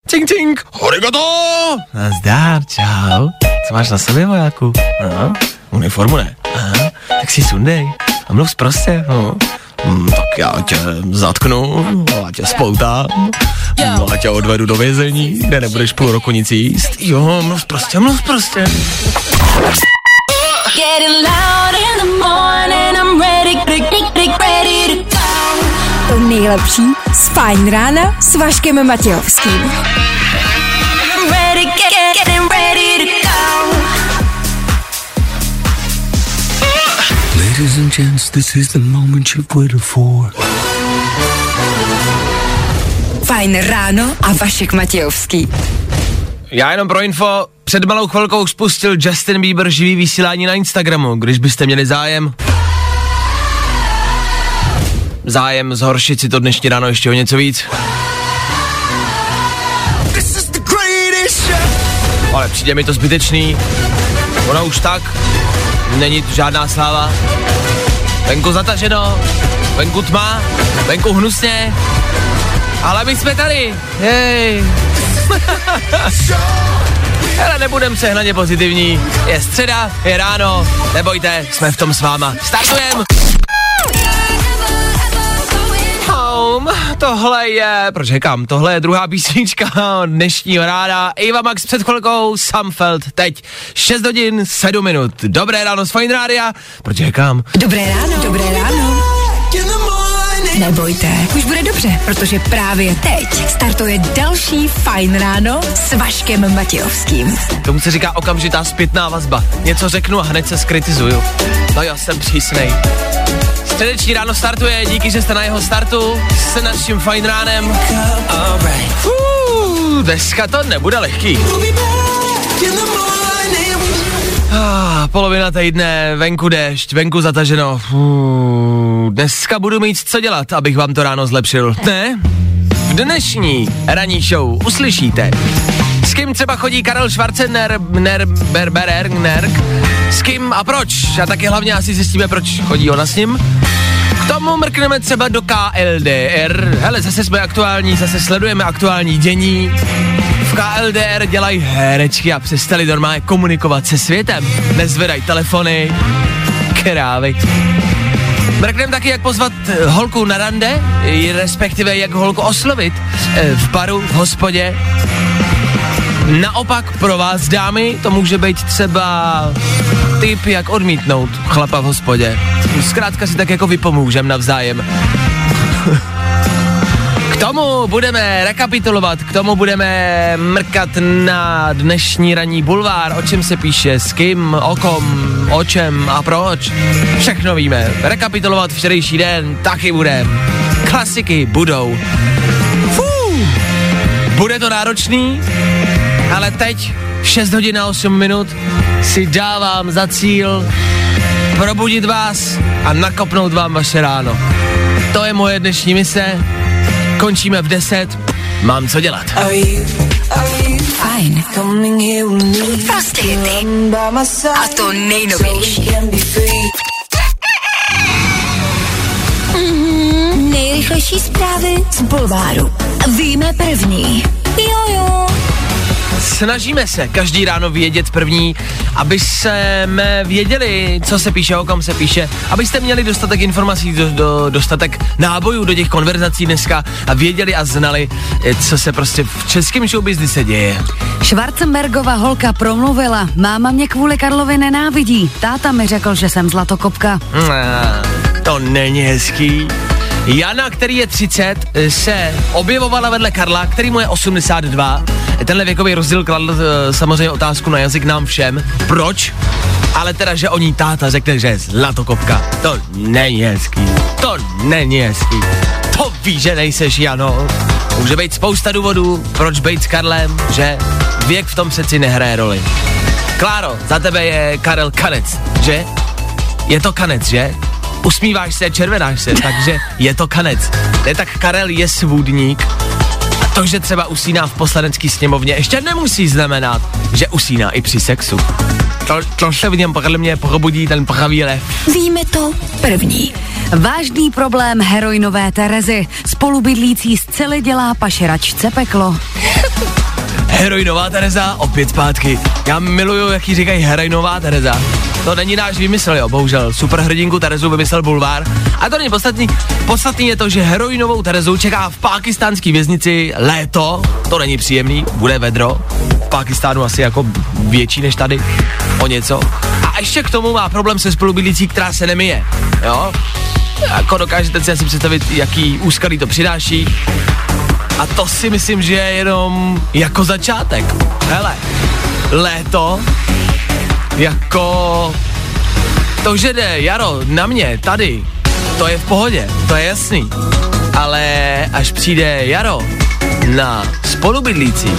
Cink, cink, arigato! Nazdar, čau. Co máš na sobě, vojáku? Aha, uniformu ne. Aha, tak si sundej. A mluv prostě, no. Tak já tě zatknu, a tě spoutám, a tě odvedu do vězení, kde nebudeš půl roku nic jíst. Jo, mluv prostě. To nejlepší z Fajn rána s Vaškem Matějovským. Ladies and gents, this is the moment you've waited for. Fajn ráno a Vašek Matějovský. Já jenom pro info, před malou chvilkou spustil Justin Bieber živý vysílání na Instagramu, když byste měli zájem zhoršit si to dnešní ráno ještě o něco víc. Ale přijde mi to zbytečný. Ono už tak, není tu žádná sláva. Venku zataženo, venku tma, venku hnusně, ale my jsme tady, hej. Hele, nebudem přehnaně pozitivní, je středa, je ráno, nebojte, jsme v tom s váma. Startujem! Tohle je druhá písnička dnešního rána. Eva Max před chvilkou, Samfeld, teď 6 hodin 7 minut. Dobré ráno z Fajn rádia, protože čekám. Dobré ráno. Nebojte, už bude dobře, protože právě teď startuje další Fajn ráno s Vaškem Matějovským. Tomu se říká okamžitá zpětná vazba. Něco řeknu a hned se skritizuju. No jo, jsem přísnej. Středeční ráno startuje, díky, že jste na jeho startu s naším Fajn ránem. Dneska to nebude lehký. Polovina týdne, venku déšť, venku zataženo. Dneska budu mít co dělat, abych vám to ráno zlepšil. Ne? V dnešní ranní show uslyšíte, s kým třeba chodí Karel Schwarzenegger, s kým a proč. A taky hlavně asi zjistíme, proč chodí ona s ním. K tomu mrkneme třeba do KLDR. Hele, zase jsme aktuální, zase sledujeme aktuální dění. V KLDR dělají herečky a přestali normálně komunikovat se světem. Nezvedají telefony, krávy. Mrkneme taky, jak pozvat holku na rande, respektive jak holku oslovit v baru, v hospodě. Naopak pro vás, dámy, to může být třeba tip, jak odmítnout chlapa v hospodě. Zkrátka si tak jako vypomůžem navzájem. K tomu budeme rekapitulovat, k tomu budeme mrkat na dnešní ranní bulvár, o čem se píše, s kým, o kom, o čem a proč. Všechno víme. Rekapitulovat včerejší den taky bude. Klasiky budou. Bude to náročný, ale teď 6 hodin a 8 minut si dávám za cíl probudit vás a nakopnout vám vaše ráno. To je moje dnešní mise. Končíme v 10. Mám co dělat. Fajn. Prostě ty. A to nejnovější. Nejrychlejší zprávy z bulváru. Víme první. Jojo. Snažíme se každý ráno vědět první, aby jsme věděli, co se píše, o kom se píše, abyste měli dostatek informací, dostatek nábojů do těch konverzací dneska a věděli a znali, co se prostě v českém showbiznise děje. Schwarzenbergova holka promluvila, máma mě kvůli Karlovi nenávidí, táta mi řekl, že jsem zlatokopka. To není hezký. Jana, který je 30, se objevovala vedle Karla, který mu je 82. Tenhle věkový rozdíl kladl samozřejmě otázku na jazyk nám všem. Proč? Ale teda, že o ní táta řekne, že je zlatokopka. To není hezký. To není hezký. To víš, že nejseš, Jano. Může být spousta důvodů, proč být s Karlem, že věk v tom přeci nehraje roli. Kláro, za tebe je Karel Kanec, že? Je to Kanec, že? Usmíváš se, červenáš se, takže je to Kanec. Ne, tak Karel je svůdník. A to, že třeba usíná v poslanecké sněmovně, ještě nemusí znamenat, že usíná i při sexu. To se v něm podle mě probudí ten pravý lev. Víme to první. Vážný problém heroinové Terezy. Spolubydlící z cely dělá pašeračce peklo. Heroinová Tereza, opět zpátky. Já miluju, jak jí říkají heroinová Tereza. To není náš výmysl, jo, bohužel. Superhrdinku Terezu vymyslel Bulvár. A to není podstatný. Podstatný je to, že heroinovou Terezu čeká v pákistánské věznici léto. To není příjemný, bude vedro. V Pákistánu asi jako větší než tady. O něco. A ještě k tomu má problém se spolubydlící, která se nemije. Jo? Jako dokážete si asi představit, jaký úskalí to přináší. A to si myslím, že je jenom jako začátek. Hele, léto, jako to, že jde jaro na mě, tady, to je v pohodě, to je jasný. Ale až přijde jaro na spolubydlící,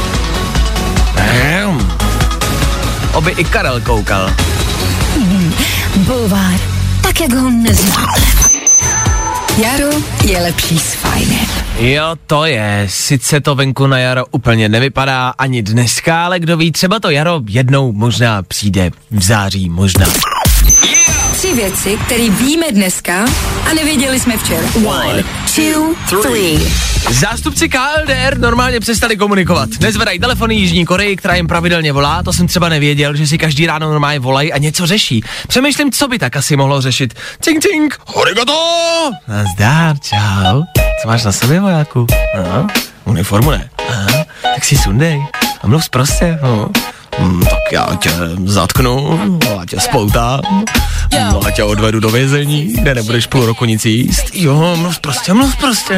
oby i Karel koukal. Bulvár, tak jak ho neznáte. Jaro je lepší s Fajnem. Jo, to je, sice to venku na jaro úplně nevypadá ani dneska, ale kdo ví, třeba to jaro jednou možná přijde v září, možná. 3 věci, které víme dneska a nevěděli jsme včera. 1, 2, 3. Zástupci KLDR normálně přestali komunikovat. Nezvedají telefony Jižní Koreji, která jim pravidelně volá, to jsem třeba nevěděl, že si každý ráno normálně volají a něco řeší. Přemýšlím, co by tak asi mohlo řešit. Cink, cink, arigato! Nazdar, čau. Co máš na sobě, vojáku? Aha, uniformu ne. Aha, tak si sundej a mluv prostě, no. Tak já tě zatknu, a tě spoutám, a tě odvedu do vězení, kde nebudeš půl roku nic jíst. Jo, mluv prostě.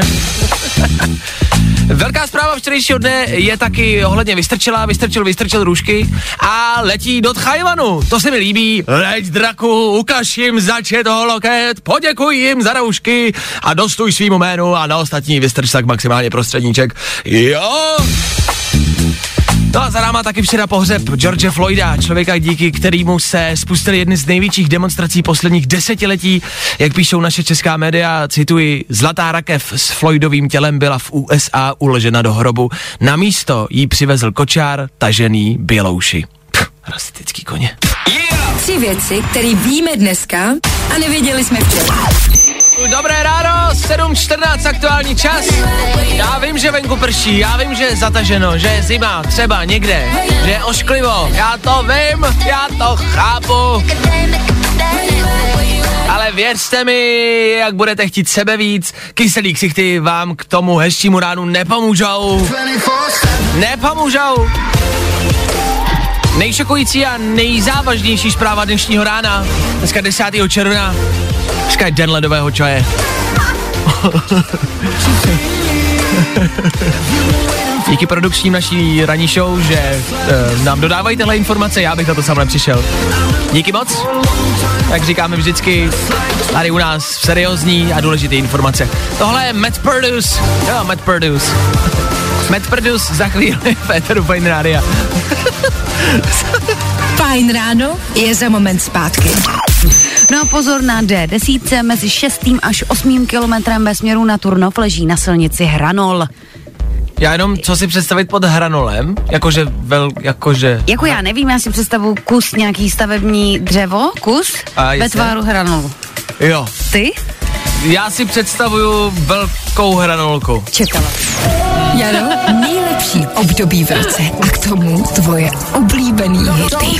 Velká zpráva včerejšího dne je taky ohledně Vystrčil růžky a letí do Tchajvanu. To se mi líbí. Leď draku, ukaž jim zač je toho loket, poděkuj jim za roušky a dostuj svýmu jménu a na ostatní vystrč tak maximálně prostředníček. Jo! No a za náma taky včera pohřeb George Floyda, člověka, díky kterému se spustily jedny z největších demonstrací posledních desetiletí. Jak píšou naše česká média, cituji, zlatá rakev s Floydovým tělem byla v USA uložena do hrobu. Na místo jí přivezl kočár tažený bělouši. Rasistický koně. 3 věci, které víme dneska a nevěděli jsme včera. Dobré ráno, 7:14 aktuální čas. Já vím, že venku prší, já vím, že je zataženo, že je zima, třeba někde, že je ošklivo. Já to vím, já to chápu. Ale věřte mi, jak budete chtít sebe víc, kyselý ksichty vám k tomu hezčímu ránu nepomůžou. Nepomůžou. Nejšokující a nejzávažnější zpráva dnešního rána, dneska 10. června, dneska je den ledového čaje. Díky produkčním naší ranní show, že nám dodávají tyhle informace, já bych na to sám nepřišel. Díky moc, jak říkáme vždycky, tady u nás seriózní a důležité informace. Tohle je Matt Purdus. Jo, Matt Purdus. Matt Purdus za chvíli v éteru Fajn rádia. Fajn ráno je za moment zpátky. No a pozor na D10 mezi 6. až 8. kilometrem ve směru na Turnov leží na silnici hranol. Já jenom, co si představit pod hranolem? Jakože... Jako já nevím, já si představuji kus nějaký stavební dřevo, kus ve tváru hranolu. Jo. Ty? Já si představuju velkou hranolku. Čekala. Jaro, nejlepší období v roce. A k tomu tvoje oblíbený hity.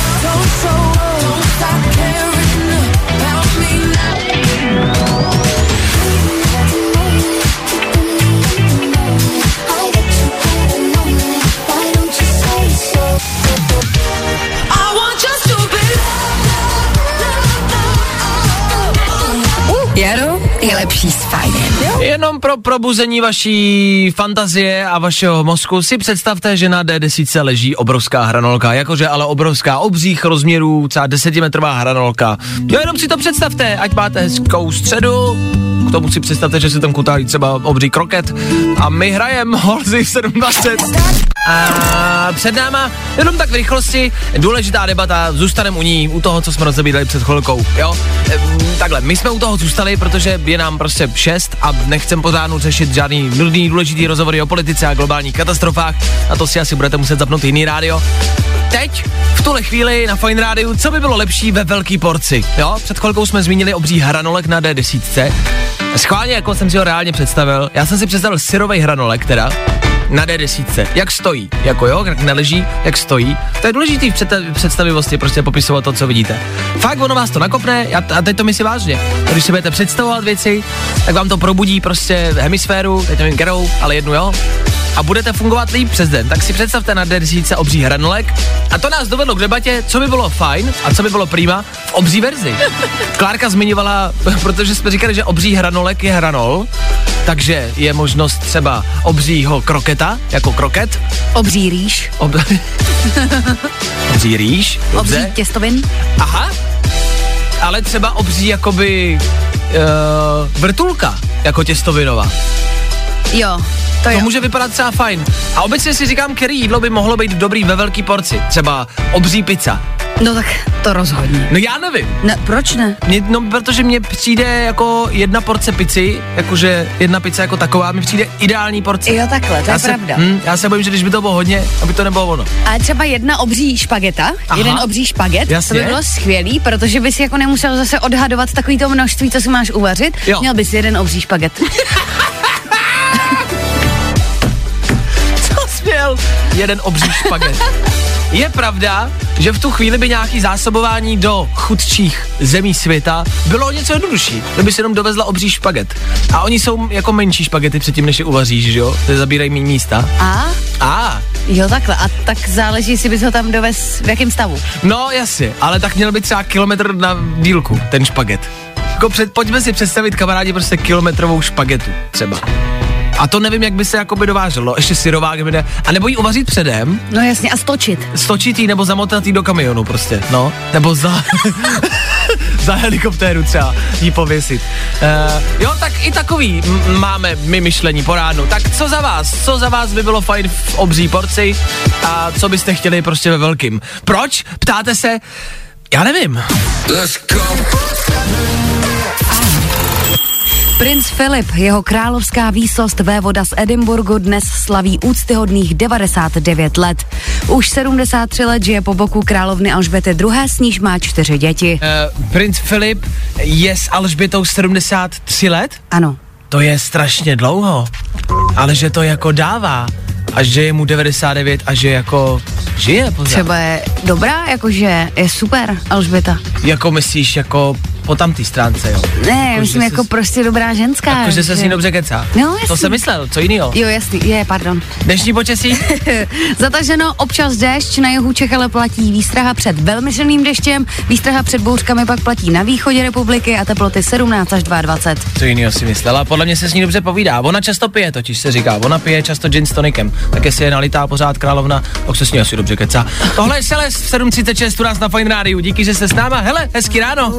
Jaro je lepší s Fajnem. Jenom pro probuzení vaší fantazie a vašeho mozku si představte, že na D10 leží obrovská hranolka, jakože ale obrovská, obřích rozměrů, třeba 10metrová hranolka. Jo, jenom si to představte, ať máte hezkou středu, k tomu si představte, že se tam kutálí třeba obří kroket a my hrajeme Holzy v 7:20. A před náma, jenom tak v rychlosti, důležitá debata, zůstaneme u ní, u toho, co jsme rozebírali před chvilkou, jo? Takhle, my jsme u toho zůstali, protože je nám prostě 6 a nechcem pořádnu řešit žádný nudný, důležitý rozhovory o politice a globálních katastrofách, a to si asi budete muset zapnout jiný rádio. Teď, v tuhle chvíli na Fajn rádiu, co by bylo lepší ve velký porci, jo? Před chvilkou jsme zmínili obří hranolek na D10. Schválně, jako jsem si ho reálně představil, já jsem si představil syrovej hranolek teda, na D10, jak stojí, jako jo, jak neleží, jak stojí. To je důležitý v představivosti, prostě popisovat to, co vidíte. Fakt, ono vás to nakopne, a teď to myslí vážně. Když si budete představovat věci, tak vám to probudí prostě hemisféru, teď nevím kterou, ale jednu jo, a budete fungovat líp přes den. Tak si představte na D10 obří hranolek a to nás dovedlo k debatě, co by bylo fajn a co by bylo prima v obří verzi. Klárka zmiňovala, protože jsme říkali, že obří hranolek je hranol, takže je možnost třeba obřího kroketa, jako kroket. Obří rýž. Obří rýž, dobře. Obří těstovin. Aha, ale třeba obří jakoby vrtulka, jako těstovinová. Jo, to může vypadat třeba fajn. A obecně si říkám, který jídlo by mohlo být dobrý ve velký porci. Třeba obří pizza. No tak to rozhodně. No já nevím. Ne, proč ne? Protože mně přijde jako jedna porce pici, jakože jedna pizza jako taková, mi přijde ideální porce. Jo, takhle, to je pravda. Já se bojím, že když by to bylo hodně, aby to nebylo ono. Ale třeba jedna obří špageta, jeden obří špaget, jasně. To by bylo skvělý, protože bys jako nemusel zase odhadovat takový to množství, co si máš uvařit. Jo. Měl bys jeden obří špaget. Jeden obří špaget. Je pravda, že v tu chvíli by nějaký zásobování do chudších zemí světa bylo něco jednodušší. Kdyby si jenom dovezla obří špaget. A oni jsou jako menší špagety předtím, než je uvaříš, že jo? To zabírají méně místa. Jo, takhle. A tak záleží, jestli bys ho tam dovez v jakém stavu. No, jasně, ale tak měl by třeba kilometr na dílku, ten špaget. Jako pojďme si představit, kamarádi, prostě kilometrovou špagetu třeba. A to nevím, jak by se jakoby dováželo, ještě syrová, kde a nebo jí uvařit předem. No jasně, a stočit. Stočit jí nebo zamotat jí do kamionu prostě, no. Nebo za helikoptéru třeba jí pověsit. Jo, tak i takový máme my myšlení po ránu. Tak co za vás by bylo fajn v obří porci a co byste chtěli prostě ve velkým? Proč? Ptáte se? Já nevím. Let's go. Princ Filip, jeho královská výsost vévoda z Edinburghu, dnes slaví úctyhodných 99 let. Už 73 let žije po boku královny Alžběty II., s níž má 4 děti. Princ Filip je s Alžbětou 73 let? Ano. To je strašně dlouho, ale že to jako dává. A že je mu 99 a že jako žije pořád. Třeba je dobrá, jakože je super Alžběta. Jako myslíš, jako po tamtý stránce, jo? Ne, jako, myslím jako prostě dobrá ženská. Jako, že se s ní dobře kecá. No, jasný. To jsem myslel, co jinýho? Jo, jasný, pardon. Dnešní počasí? Zataženo, občas déšť, na jihu Čech ale platí výstraha před velmi silným deštěm, výstraha před bouřkami pak platí na východě republiky a teploty 17 až 22. Co jinýho si myslela? Podle mě se s ní dobře povídá. Ona často pije, totiž se říká. Ona pije často gin s tonikem. Tak jestli je nalitá pořád královna, tak se s ní asi dobře kecá. Tohle je Celest v 7:36 u nás na Fajn rádiu. Díky, že jste s náma. Hele, hezký ráno.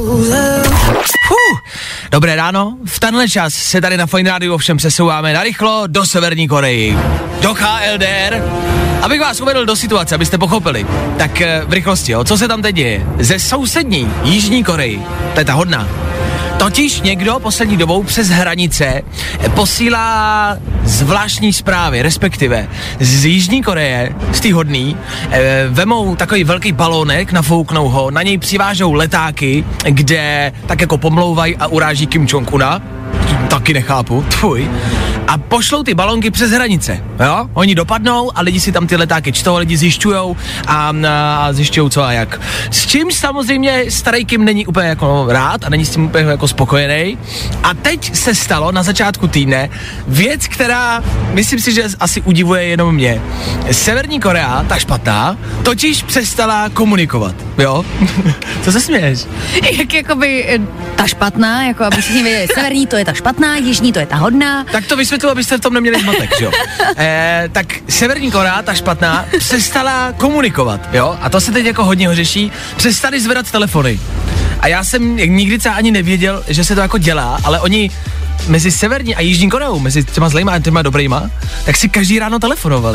Dobré ráno. V tenhle čas se tady na Fajn rádiu ovšem přesouváme narychlo do Severní Koreji. Do KLDR. Abych vás uvedl do situace, abyste pochopili. Tak v rychlosti, jo. Co se tam teď děje? Ze sousední Jižní Koreji. To je ta hodná. Totiž někdo poslední dobou přes hranice posílá zvláštní zprávy, respektive z Jižní Koreje, z té hodný, vemou takový velký balónek, nafouknou ho, na něj přivážou letáky, kde tak jako pomlouvají a uráží Kim Jong-una, taky nechápu, a pošlou ty balonky přes hranice, jo? Oni dopadnou a lidi si tam ty letáky čtou, lidi zjišťujou a zjišťují co a jak. S čím samozřejmě starý Kim není úplně jako rád a není s tím úplně jako spokojený. A teď se stalo na začátku týdne věc, která myslím si, že asi udivuje jenom mě. Severní Korea, ta špatná, totiž přestala komunikovat, jo? Co se směješ? Jak jakoby ta špatná, jako aby všichni věděli, severní to je ta špatná, jižní to je ta hodná. Tak to vysvětlu, abyste v tom neměli zmatek, jo? Tak Severní Korea, ta špatná, přestala komunikovat, jo? A to se teď jako hodně řeší. Přestali zvedat telefony. A já jsem nikdy třeba ani nevěděl, že se to jako dělá, ale oni mezi Severní a Jižní Koreou, mezi těma zlejma a těma dobrýma, tak si každý ráno telefonovali.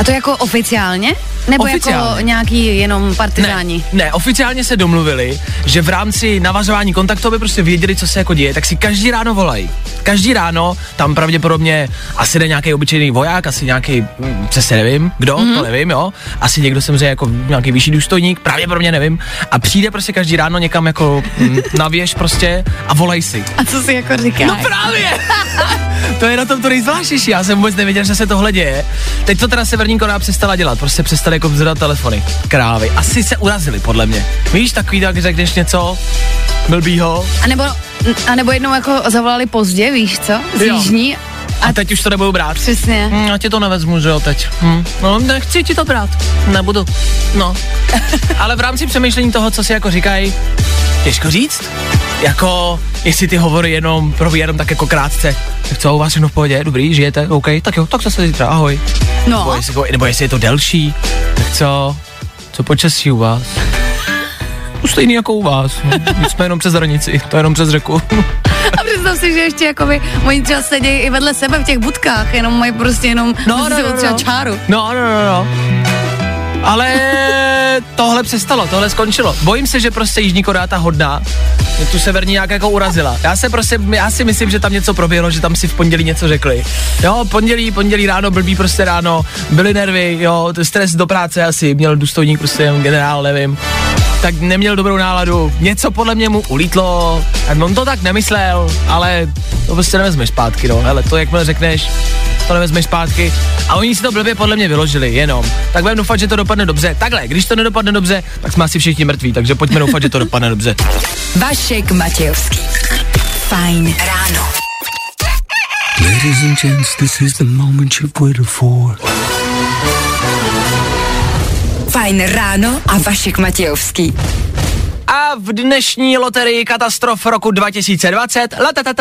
A to jako oficiálně? Nebo oficiálně. Jako nějaký jenom partizáni? Ne, oficiálně se domluvili, že v rámci navazování kontaktu, aby prostě věděli, co se jako děje, tak si každý ráno volají. Každý ráno tam pravděpodobně asi jde nějaký obyčejný voják, asi nějaký, přesně nevím, kdo, to nevím, jo. Asi někdo samozřejmě jako nějaký vyšší důstojník, pravděpodobně nevím. A přijde prostě každý ráno někam jako na věž prostě a volají si. A co si jako říká? No právě! To je na tom to nejzvláštnější, já jsem vůbec nevěděl, že se tohle děje. Teď to teda Severní Korea přestala dělat, prostě přestali jako vzdat telefony. Krávy. Asi se urazili, podle mě. Víš, takový tak, řekneš něco blbýho. A nebo jednou jako zavolali pozdě, víš co? Z Jižní. A teď už to nebudu brát. Přesně. Já ti to nevezmu, že jo, teď. No, nechci ti to brát. Nebudu. No. Ale v rámci přemýšlení toho, co si jako říkají, těžko říct. Jako, jestli ty hovory jenom probíhají tak jako krátce. Tak co, u vás všechno v pohodě? Dobrý, žijete? OK, tak jo, tak zase zítra, ahoj. No. Nebo jestli je to delší, tak co počasí u vás? To stejný jako u vás. My jsme jenom přes hranici, to jenom přes řeku. A představ si, že ještě jakoby oni třeba sedějí i vedle sebe v těch budkách, jenom mají prostě jenom třeba čáru. No. Ale tohle přestalo, tohle skončilo. Bojím se, že prostě Jižní Korea ta hodná tu severní nějak jako urazila. Já si myslím, že tam něco proběhlo, že tam si v pondělí něco řekli. Jo, pondělí ráno, blbý prostě ráno, byly nervy, jo, stres do práce asi, měl důstojník prostě generál, nevím. Tak neměl dobrou náladu, něco podle mě mu ulítlo, on to tak nemyslel, ale to prostě nevezmeš zpátky, no, hele, to jakmile řekneš, to nevezmeš zpátky a oni si to blbě podle mě vyložili, jenom. Tak budeme doufat, že to dopadne dobře. Takhle, když to nedopadne dobře, tak jsme asi všichni mrtví, takže pojďme doufat, že to dopadne dobře. Vašek Matějovský. Fajn ráno. Ladies and gents, this is the moment you've waited for. Fajn ráno a Vašek Matějovský. A v dnešní loterii katastrof roku 2020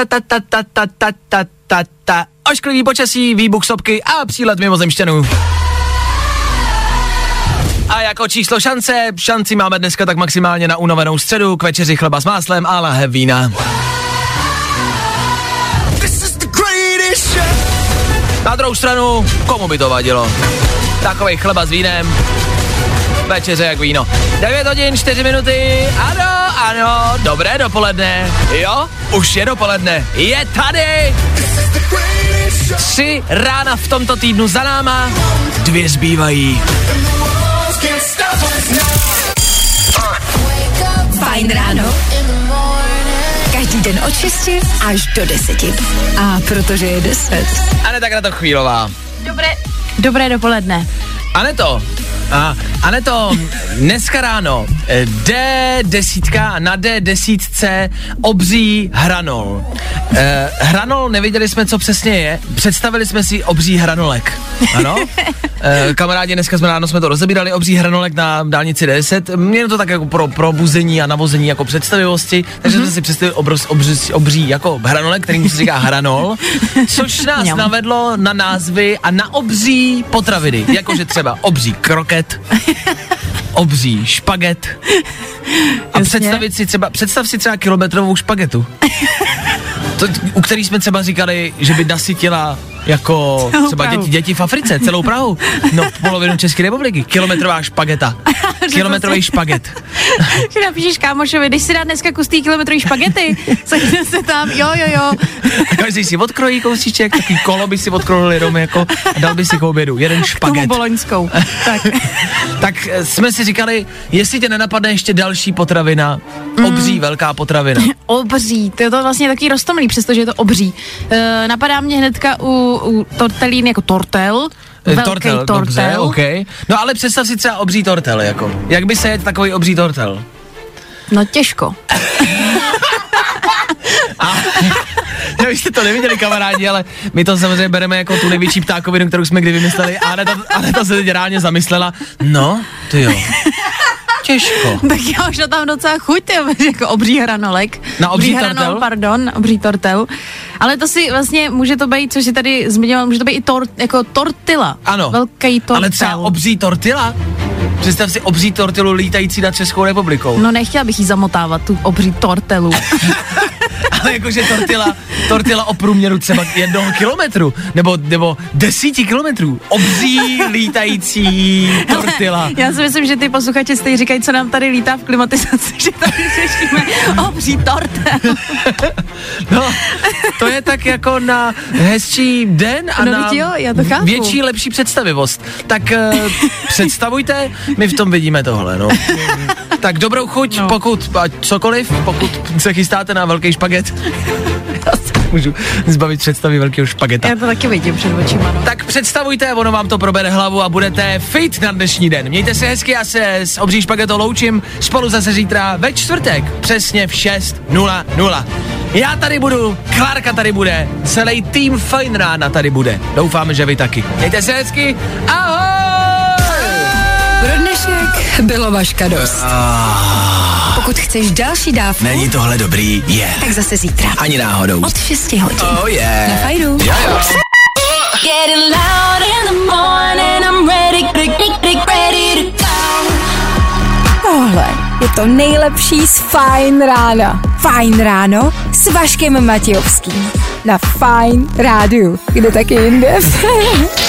ošklivý počasí, výbuch sopky a přílet mimozemšťanů. A jako číslo šanci máme dneska tak maximálně na unavenou středu, k večeři chleba s máslem a lahev vína. Na druhou stranu, komu by to vadilo? Takovej chleba s vínem, večeře jak víno. 9 hodin, 4 minuty, ano, dobré dopoledne, jo, už je dopoledne, je tady! 3 rána v tomto týdnu za náma, 2 zbývají. Fajn ráno. Každý den od 6 až do 10. A protože je 10. Aneta Kratochvílová. Dobré dopoledne. Aneto, dneska ráno D10 na D10 obří hranol. Hranol, nevěděli jsme, co přesně je, představili jsme si obří hranolek, ano? Kamarádi, dneska ráno jsme to rozebírali, obří hranolek na dálnici D10, mělo to tak jako pro probuzení a navození jako představivosti, takže jsme si představili obří jako hranolek, kterým se říká hranol, což nás navedlo na názvy a na obří potraviny, jakože třeba obří kroket, obří špaget a představ si třeba kilometrovou špagetu. To, u který jsme třeba říkali, že by nasytila jako třeba děti v Africe, celou Prahu. No, polovinu České republiky. Kilometrová špageta. Kilometrový špaget. Že napíšeš kámošovi, když si dá dneska kus tý kilometrový špagety, sakne se tam, jo. A každý si odkrojí kousíček, takový kolo by si odkrojili jenom jako a dal by si k obědu. Jeden špaget. K tomu boloňskou. Tak jsme si říkali, jestli tě nenapadne ještě další potravina, obří, velká potravina. Obří, to je to vlastně taky roztomilý, přestože je to obří. Napadá mě hnedka u tortelín jako tortel. Tortel, dobře, okay. No ale představ si třeba obří tortel, jako. Jak by se jedl takový obří tortel? No těžko. Vy jste to neviděli, kamarádi, ale my to samozřejmě bereme jako tu největší ptákovinu, kterou jsme kdy vymysleli, a Aneta se teď reálně zamyslela, no, ty jo. Těžko. Tak já už tam docela chuť, jako obří hranolek. Na obří tortel? Obří tortel. Ale to si vlastně, může to být, co si tady zmiňoval, může to být i jako tortilla. Ano. Velký tortel. Ale třeba obří tortilla? Představ si obří tortilu lítající nad Českou republikou. No nechtěla bych jí zamotávat, tu obří tortelu. Ale jakože tortila o průměru třeba 1 kilometru, nebo 10 kilometrů. Obří lítající tortila. Já si myslím, že ty posluchači stejně říkají, co nám tady lítá v klimatizaci, že tady řešíme obří tort. No, to je tak jako na hezčí den a na větší, lepší představivost. Tak představujte, my v tom vidíme tohle, no. Tak dobrou chuť, pokud se chystáte na velký špaget. Já se můžu zbavit představy velkého špageta. Já to taky vidím před očima, no. Tak představujte, ono vám to probere hlavu a budete fit na dnešní den. Mějte se hezky, já se s obří špagetou loučím. Spolu zase zítra ve čtvrtek, přesně v 6:00. Já tady budu, Klárka tady bude, celý tým Fajn rána tady bude. Doufáme, že vy taky. Mějte se hezky, ahoj! Pro dnešek bylo vaška dost. Pokud chceš další dávku, není tohle dobrý, tak zase zítra. Ani náhodou. Od 6 hodin. Oh yeah. Na Fajnu. Tohle je to nejlepší z Fajn rána. Fajn ráno s Vaškem Matějovským. Na Fajn rádiu. Kde taky jinde?